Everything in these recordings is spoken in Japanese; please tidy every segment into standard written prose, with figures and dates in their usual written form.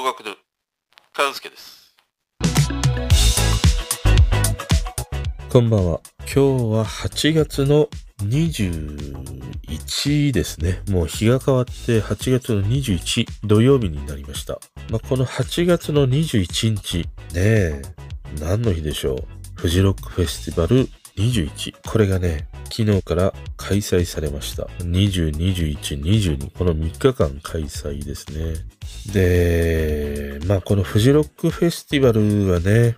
学部勘介です。 こんばんは。今日は8月の21ですね。もう日が変わって8月の21土曜日になりました。この8月の21日ね、何の日でしょう。フジロックフェスティバル21。これがね、昨日から開催されました。20、21、22。この3日間開催ですね。で、このフジロックフェスティバルはね、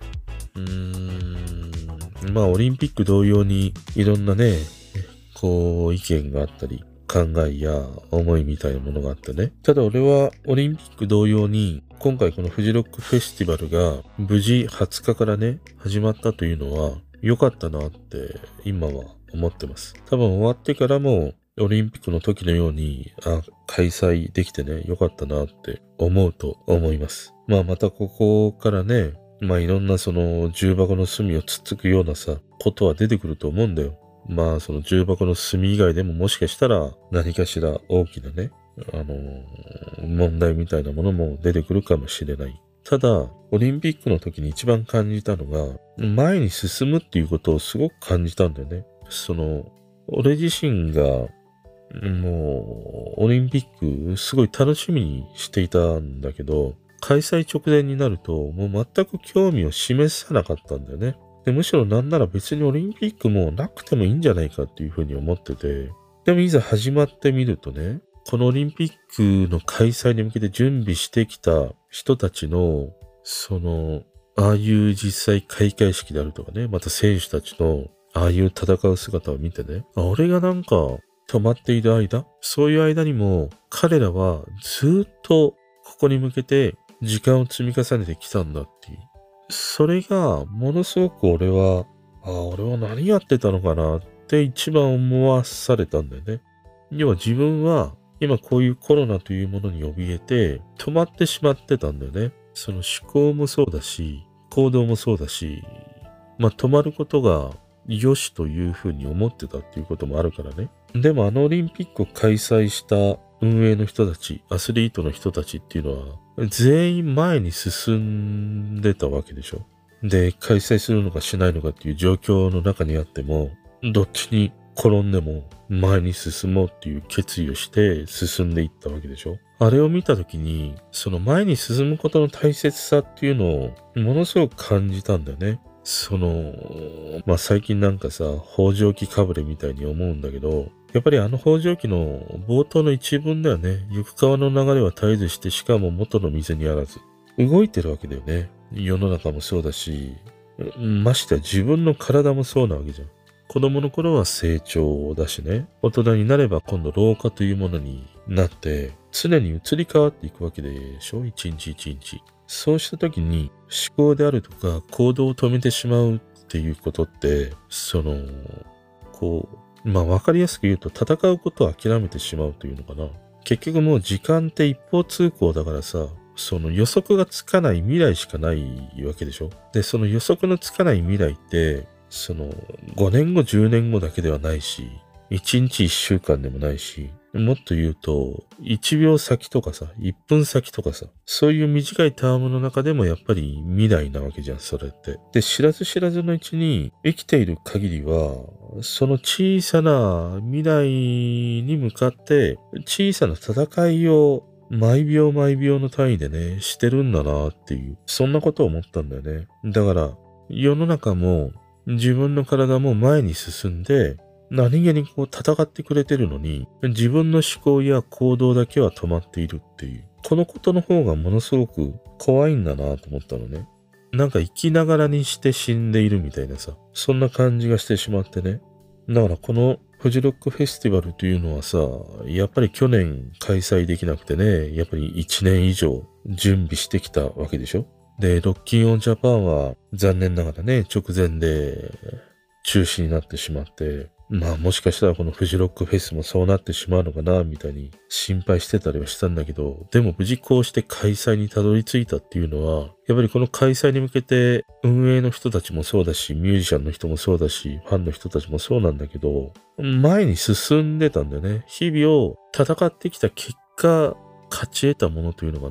オリンピック同様にいろんなね、意見があったり、考えや思いみたいなものがあってね。ただ俺はオリンピック同様に、今回このフジロックフェスティバルが無事20日からね、始まったというのは良かったなって今は思ってます。多分終わってからもオリンピックの時のように、開催できてね、良かったなって思うと思います。またここからね、いろんなその重箱の隅をつっつくようなことは出てくると思うんだよ。その重箱の隅以外でももしかしたら何かしら大きなね、問題みたいなものも出てくるかもしれない。ただ、オリンピックの時に一番感じたのが、前に進むっていうことをすごく感じたんだよね。俺自身が、もう、オリンピックすごい楽しみにしていたんだけど、開催直前になると、もう全く興味を示さなかったんだよね。で、むしろなんなら別にオリンピックもなくてもいいんじゃないかっていうふうに思ってて、でもいざ始まってみるとね、このオリンピックの開催に向けて準備してきた人たちの、ああいう実際開会式であるとかね、また選手たちのああいう戦う姿を見てね、俺がなんか止まっている間、そういう間にも彼らはずっとここに向けて時間を積み重ねてきたんだっていう。それがものすごく俺は何やってたのかなって一番思わされたんだよね。要は自分は今こういうコロナというものに怯えて止まってしまってたんだよね。その思考もそうだし、行動もそうだし、止まることが良しというふうに思ってたっていうこともあるからね。でもオリンピックを開催した運営の人たち、アスリートの人たちっていうのは全員前に進んでたわけでしょ。で、開催するのかしないのかっていう状況の中にあっても、どっちに転んでも前に進もうっていう決意をして進んでいったわけでしょ。あれを見たときに、その前に進むことの大切さっていうのをものすごく感じたんだよね。最近なんか北条記かぶれみたいに思うんだけど、やっぱり北条記の冒頭の一文ではね、行く川の流れは絶えずして、しかも元の水にあらず。動いてるわけだよね。世の中もそうだし、ましては自分の体もそうなわけじゃん。子供の頃は成長だしね、大人になれば今度老化というものになって、常に移り変わっていくわけでしょ、一日一日。そうした時に思考であるとか行動を止めてしまうっていうことって、わかりやすく言うと戦うことを諦めてしまうというのかな。結局もう時間って一方通行だから予測がつかない未来しかないわけでしょ。で、その予測のつかない未来って、5年後、10年後だけではないし、1日1週間でもないし、もっと言うと、1秒先とか1分先とかそういう短いタームの中でもやっぱり未来なわけじゃん、それって。で、知らず知らずのうちに生きている限りは、その小さな未来に向かって小さな戦いを毎秒毎秒の単位でね、してるんだなっていう、そんなことを思ったんだよね。だから、世の中も自分の体も前に進んで、何気に戦ってくれてるのに、自分の思考や行動だけは止まっているっていう。このことの方がものすごく怖いんだなと思ったのね。なんか生きながらにして死んでいるみたいなそんな感じがしてしまってね。だからこのフジロックフェスティバルというのはやっぱり去年開催できなくてね、やっぱり1年以上準備してきたわけでしょ。で、ロッキンオンジャパンは残念ながらね、直前で中止になってしまって、もしかしたらこのフジロックフェスもそうなってしまうのかなみたいに心配してたりはしたんだけど、でも無事こうして開催にたどり着いたっていうのは、やっぱりこの開催に向けて運営の人たちもそうだし、ミュージシャンの人もそうだし、ファンの人たちもそうなんだけど、前に進んでたんだよね。日々を戦ってきた結果、勝ち得たものというのかな。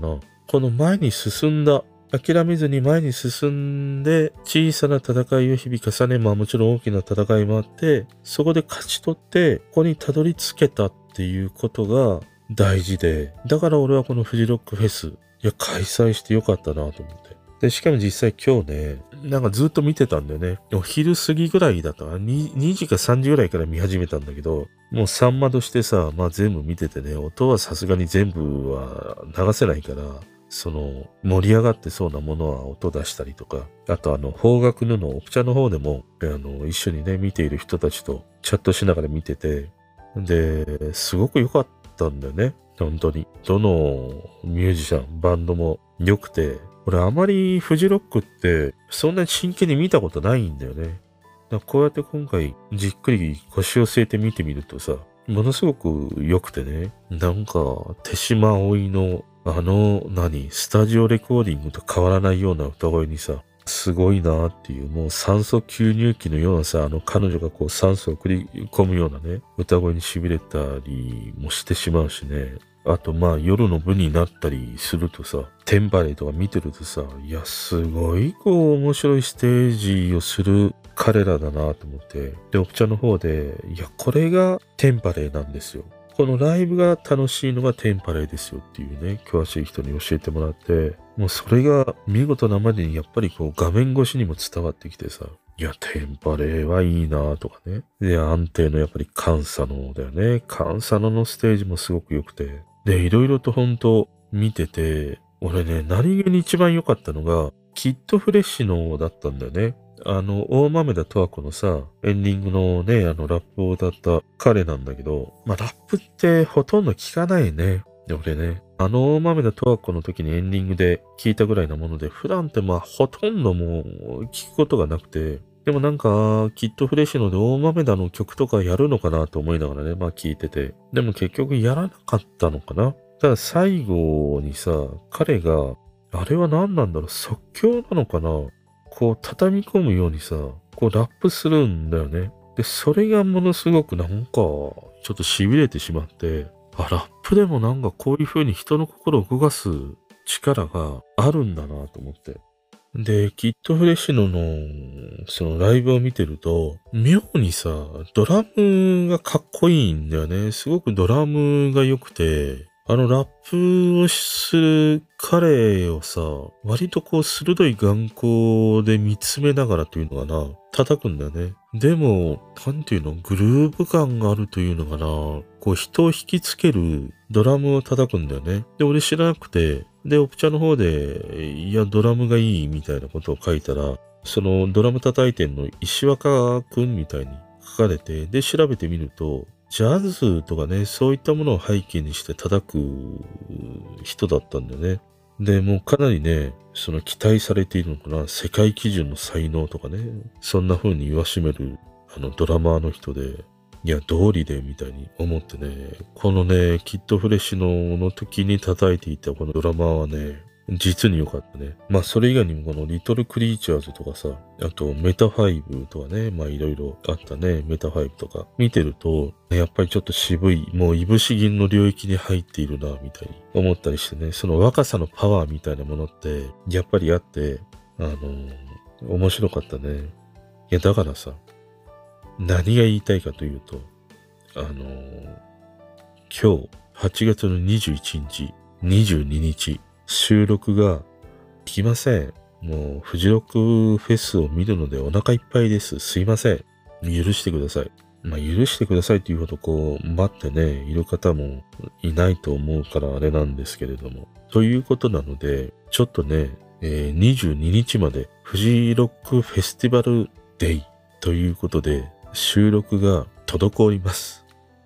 この前に進んだ、諦めずに前に進んで、小さな戦いを日々重ね、まあもちろん大きな戦いもあって、そこで勝ち取って、ここにたどり着けたっていうことが大事で、だから俺はこのフジロックフェス、開催してよかったなと思って。で、しかも実際今日ね、なんかずっと見てたんだよね。お昼過ぎぐらいだったかな。2時か3時ぐらいから見始めたんだけど、もう3窓してさ、まあ全部見ててね、音はさすがに全部は流せないから、盛り上がってそうなものは音出したりとか、あと邦楽布オプチャの方でも、一緒にね、見ている人たちとチャットしながら見てて、で、すごく良かったんだよね。本当に。どのミュージシャン、バンドも良くて、俺あまりフジロックってそんなに真剣に見たことないんだよね。こうやって今回じっくり腰を据えて見てみるとさ、ものすごく良くてね、なんか手島葵のスタジオレコーディングと変わらないような歌声にさ、すごいなっていう、もう酸素吸入器のようなさ、彼女がこう酸素を送り込むようなね、歌声に痺れたりもしてしまうしね。あとまあ夜の部になったりするとさ、テンパレーとか見てるとさ、すごいこう面白いステージをする彼らだなと思って。で、オプチャの方で、これがテンパレーなんですよ。このライブが楽しいのがテンパレーですよっていうね、詳しい人に教えてもらって、もうそれが見事なまでにやっぱりこう画面越しにも伝わってきてさ、テンパレーはいいなとかね。で、安定のやっぱりカンサノだよね。カンサノのステージもすごく良くて。で、いろいろと本当見てて、俺ね、何気に一番良かったのが、キッドフレッシュのだったんだよね。大豆田十和子のさ、エンディングのね、ラップを歌った彼なんだけど、まあ、ラップってほとんど聞かないね。俺ね、大豆田十和子の時にエンディングで聞いたぐらいなもので、普段ってまあ、ほとんどもう聞くことがなくて、でもなんか、キッドフレッシュので大豆田の曲とかやるのかなと思いながらね、まあ聞いてて。でも結局やらなかったのかな。ただ最後にさ、彼が、あれは何なんだろう、即興なのかな、こう畳み込むようにさ、こうラップするんだよね。で、それがものすごくなんか、ちょっと痺れてしまって、ラップでもなんかこういう風に人の心を動かす力があるんだなと思って。で、キッドフレッシュのそのライブを見てると、妙にさ、ドラムがかっこいいんだよね。すごくドラムが良くて、ラップをする彼をさ、割とこう鋭い眼光で見つめながらというのかな、叩くんだよね。でも、なんていうの、グルーヴ感があるというのかな、こう人を引きつけるドラムを叩くんだよね。で、俺知らなくて、で、オプチャの方で、ドラムがいいみたいなことを書いたら、そのドラム叩いてんの石若くんみたいに書かれて、で、調べてみると、ジャズとかね、そういったものを背景にして叩く人だったんだよね。で、もうかなりね、その期待されているのかな、世界基準の才能とかね、そんな風に言わしめる、ドラマーの人で、道理で、みたいに思ってね、このね、キッドフレッシュの時に叩いていたこのドラマーはね、実に良かったね。まあ、それ以外にもこのリトルクリーチャーズとかさ、あとメタファイブとかね、まあいろいろあったね、メタファイブとか見てると、やっぱりちょっと渋い、もういぶし銀の領域に入っているな、みたいに思ったりしてね、その若さのパワーみたいなものって、やっぱりあって、面白かったね。だからさ、何が言いたいかというと、今日、8月の21日、22日、収録ができません。もう、フジロックフェスを見るのでお腹いっぱいです。すいません。許してください。まあ、許してくださいっていうほどこう、待ってね、いる方もいないと思うからあれなんですけれども。ということなので、ちょっとね、22日までフジロックフェスティバルデイということで、収録が滞ります。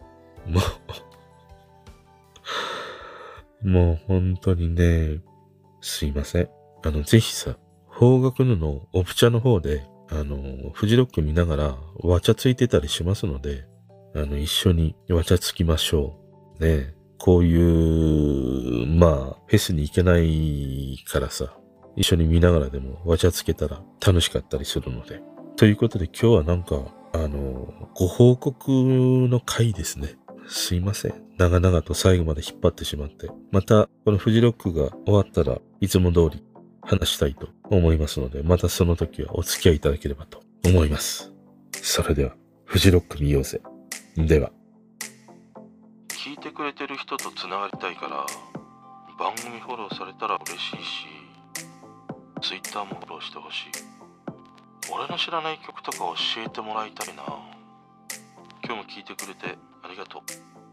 もう本当にね、すいません。ぜひさ、邦楽のオプチャの方で、フジロック見ながら、わちゃついてたりしますので、一緒にわちゃつきましょう。ね。こういう、まあ、フェスに行けないからさ、一緒に見ながらでもわちゃつけたら楽しかったりするので。ということで今日はなんか、ご報告の回ですね。 すいません。長々と最後まで引っ張ってしまって。また、このフジロックが終わったらいつも通り話したいと思いますので、またその時はお付き合いいただければと思います。それでは、フジロック見ようぜ。では。 聞いてくれてる人とつながりたいから番組フォローされたら嬉しいし Twitter もフォローしてほしい。俺の知らない曲とか教えてもらいたいな。今日も聞いてくれてありがとう。